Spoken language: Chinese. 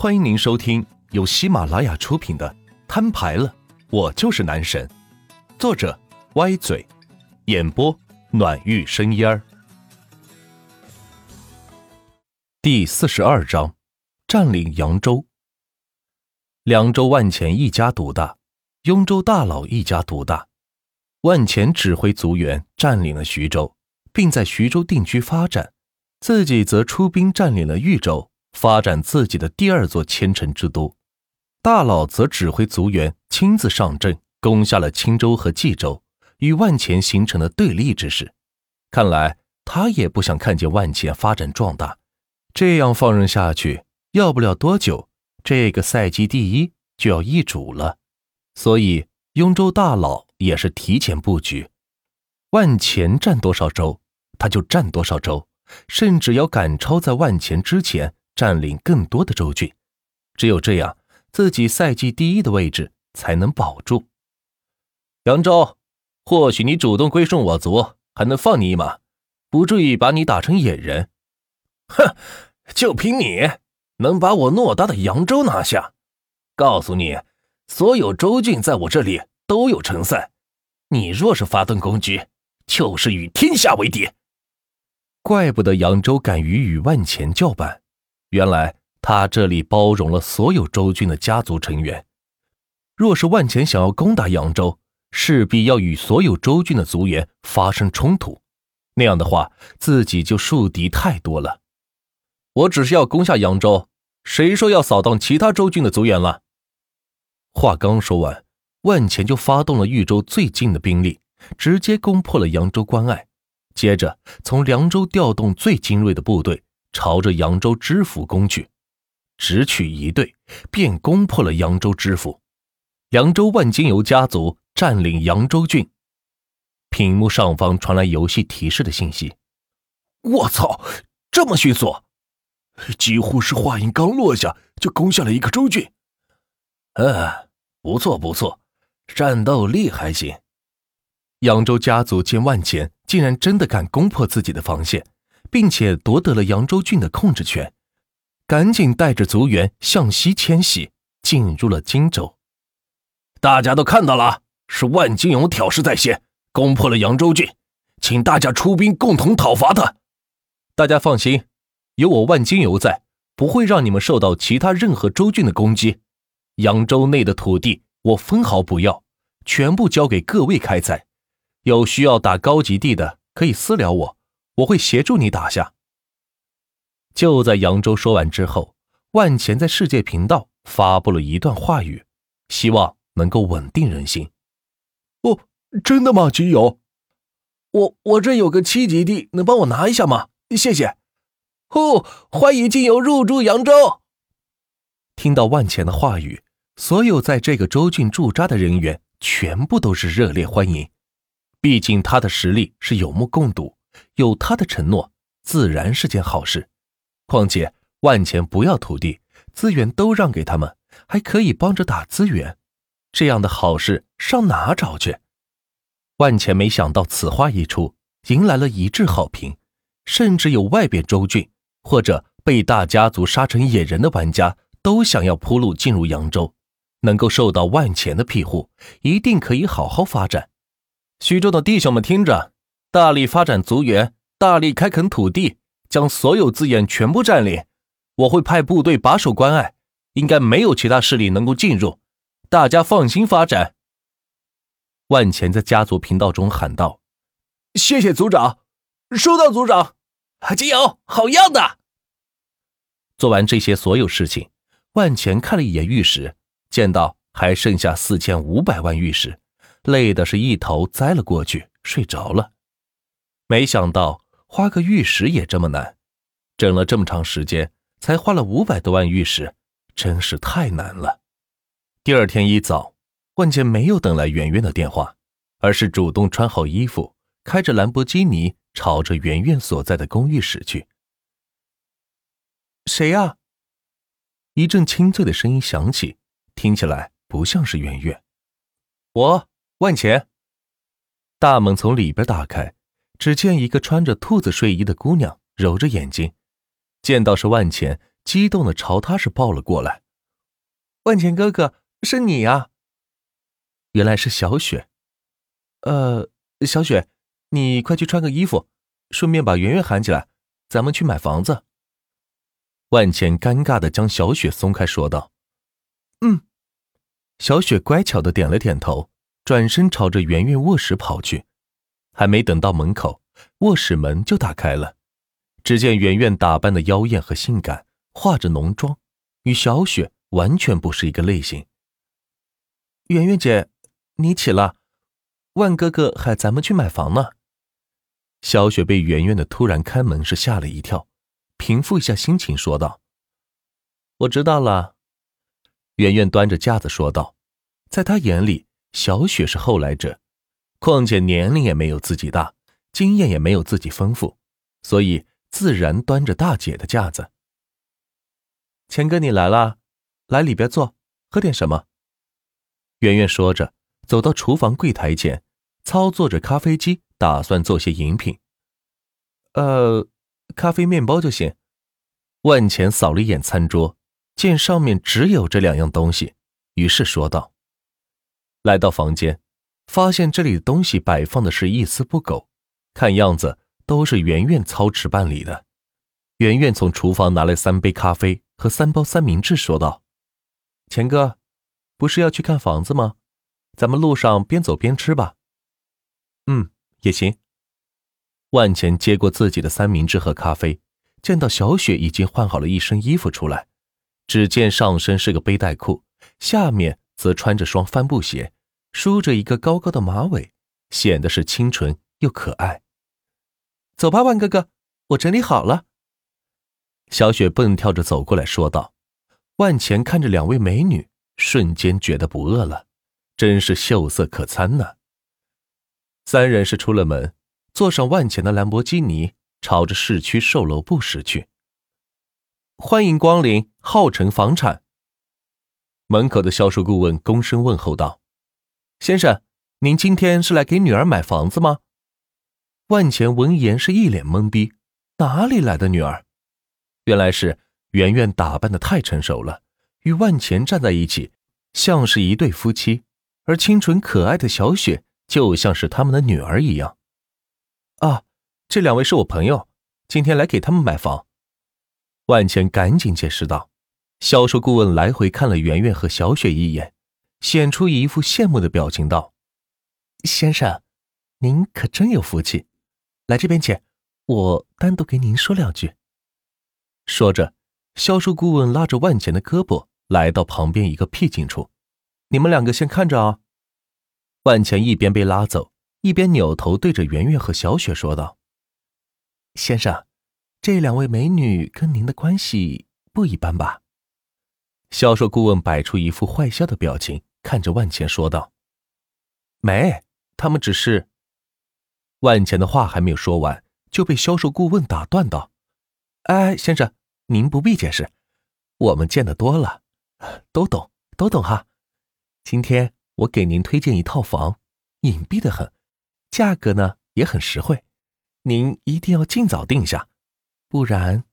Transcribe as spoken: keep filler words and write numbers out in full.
欢迎您收听由喜马拉雅出品的《摊牌了，我就是男神》，作者歪嘴，演播暖玉生烟儿。第四十二章，占领扬州。凉州万钱一家独大，雍州大佬一家独大。万钱指挥族员占领了徐州，并在徐州定居发展，自己则出兵占领了豫州，发展自己的第二座千城之都。大佬则指挥族员亲自上阵，攻下了青州和冀州，与万钱形成了对立之势。看来他也不想看见万钱发展壮大，这样放任下去，要不了多久，这个赛季第一就要易主了。所以雍州大佬也是提前布局，万钱占多少州，他就占多少州，甚至要赶超在万钱之前占领更多的州郡，只有这样，自己赛季第一的位置才能保住。扬州，或许你主动归顺我族，还能放你一马，不至于把你打成野人。 哼，就凭你能把我偌大的扬州拿下？告诉你，所有州郡在我这里都有城塞，你若是发动攻击，就是与天下为敌。 怪不得扬州敢于与万钱叫板，原来他这里包容了所有州郡的家族成员。若是万钱想要攻打扬州，势必要与所有州郡的族员发生冲突，那样的话自己就树敌太多了。我只是要攻下扬州，谁说要扫荡其他州郡的族员了？话刚说完，万钱就发动了豫州最近的兵力，直接攻破了扬州关隘，接着从凉州调动最精锐的部队，朝着扬州知府攻去，只取一队，便攻破了扬州知府。凉州万金油家族占领扬州郡。屏幕上方传来游戏提示的信息。 我操，这么迅速，几乎是话音刚落下就攻下了一个州郡。嗯，不错不错，战斗力还行。 扬州家族见万钱竟然真的敢攻破自己的防线，并且夺得了扬州郡的控制权，赶紧带着族员向西迁徙，进入了荆州。 大家都看到了，是万金油挑事在先，攻破了扬州郡，请大家出兵共同讨伐他。 大家放心，有我万金油在，不会让你们受到其他任何州郡的攻击。扬州内的土地我分毫不要，全部交给各位开采，有需要打高级地的可以私聊我，我会协助你打下。就在扬州说完之后，万钱在世界频道发布了一段话语，希望能够稳定人心。 哦，真的吗，金友？我我这有个七级地，能帮我拿一下吗？谢谢。哦，欢迎金友入驻扬州。 听到万钱的话语，所有在这个州郡驻扎的人员全部都是热烈欢迎。毕竟他的实力是有目共睹，有他的承诺，自然是件好事。况且万钱不要土地，资源都让给他们，还可以帮着打资源，这样的好事上哪找去？万钱没想到此话一出，迎来了一致好评，甚至有外边州郡或者被大家族杀成野人的玩家都想要铺路进入扬州，能够受到万钱的庇护，一定可以好好发展。徐州的弟兄们听着，大力发展族员，大力开垦土地，将所有资源全部占领，我会派部队把守关隘，应该没有其他势力能够进入，大家放心发展。万钱在家族频道中喊道。 谢谢族长，收到族长。金友，好样的。 做完这些所有事情，万钱看了一眼玉石，见到还剩下四千五百万玉石，累的是一头栽了过去，睡着了。没想到花个玉石也这么难，整了这么长时间才花了五百多万玉石，真是太难了。第二天一早，万钱没有等来圆圆的电话，而是主动穿好衣服，开着兰博基尼朝着圆圆所在的公寓驶去。谁呀？一阵清脆的声音响起，听起来不像是圆圆。我，万钱。大门从里边打开，只见一个穿着兔子睡衣的姑娘揉着眼睛，见到是万钱， 激动地朝他是抱了过来。万钱哥哥，是你啊！原来是小雪。呃，小雪，你快去穿个衣服，顺便把圆圆喊起来，咱们去买房子。万钱尴尬地将小雪松开说道。嗯。小雪乖巧地点了点头，转身朝着圆圆卧室跑去。还没等到门口，卧室门就打开了。只见圆圆打扮的妖艳和性感，化着浓妆，与小雪完全不是一个类型。圆圆姐，你起了，万哥哥喊咱们去买房呢。小雪被圆圆的突然开门是吓了一跳，平复一下心情说道：我知道了。圆圆端着架子说道，在她眼里，小雪是后来者，况且年龄也没有自己大，经验也没有自己丰富，所以自然端着大姐的架子。钱哥你来了，来里边坐，喝点什么？圆圆说着走到厨房柜台前，操作着咖啡机，打算做些饮品。呃，咖啡面包就行。万钱扫了一眼餐桌，见上面只有这两样东西，于是说道。来到房间，发现这里的东西摆放的是一丝不苟，看样子都是圆圆操持办理的。圆圆从厨房拿来三杯咖啡和三包三明治说道，钱哥，不是要去看房子吗？咱们路上边走边吃吧。嗯，也行。万钱接过自己的三明治和咖啡，见到小雪已经换好了一身衣服出来，只见上身是个背带裤，下面则穿着双帆布鞋，梳着一个高高的马尾，显得是清纯又可爱。走吧，万哥哥，我整理好了。小雪蹦跳着走过来说道。万钱看着两位美女，瞬间觉得不饿了，真是秀色可餐呢。三人是出了门，坐上万钱的兰博基尼，朝着市区售楼部驶去。欢迎光临浩城房产。门口的销售顾问躬身问候道，先生，您今天是来给女儿买房子吗？万钱闻言是一脸懵逼，哪里来的女儿？原来是圆圆打扮得太成熟了，与万钱站在一起，像是一对夫妻，而清纯可爱的小雪就像是他们的女儿一样。啊，这两位是我朋友，今天来给他们买房。万钱赶紧解释道。销售顾问来回看了圆圆和小雪一眼，显出一副羡慕的表情道，先生，您可真有福气，来这边请，我单独给您说两句。说着，销售顾问拉着万钱的胳膊来到旁边一个僻静处，你们两个先看着啊。万钱一边被拉走，一边扭头对着圆圆和小雪说道，先生，这两位美女跟您的关系不一般吧？销售顾问摆出一副坏笑的表情，看着万钱说道，没，他们只是……万钱的话还没有说完，就被销售顾问打断道，哎，先生，您不必解释，我们见得多了，都懂，都懂哈。今天我给您推荐一套房，隐蔽得很，价格呢也很实惠，您一定要尽早定下，不然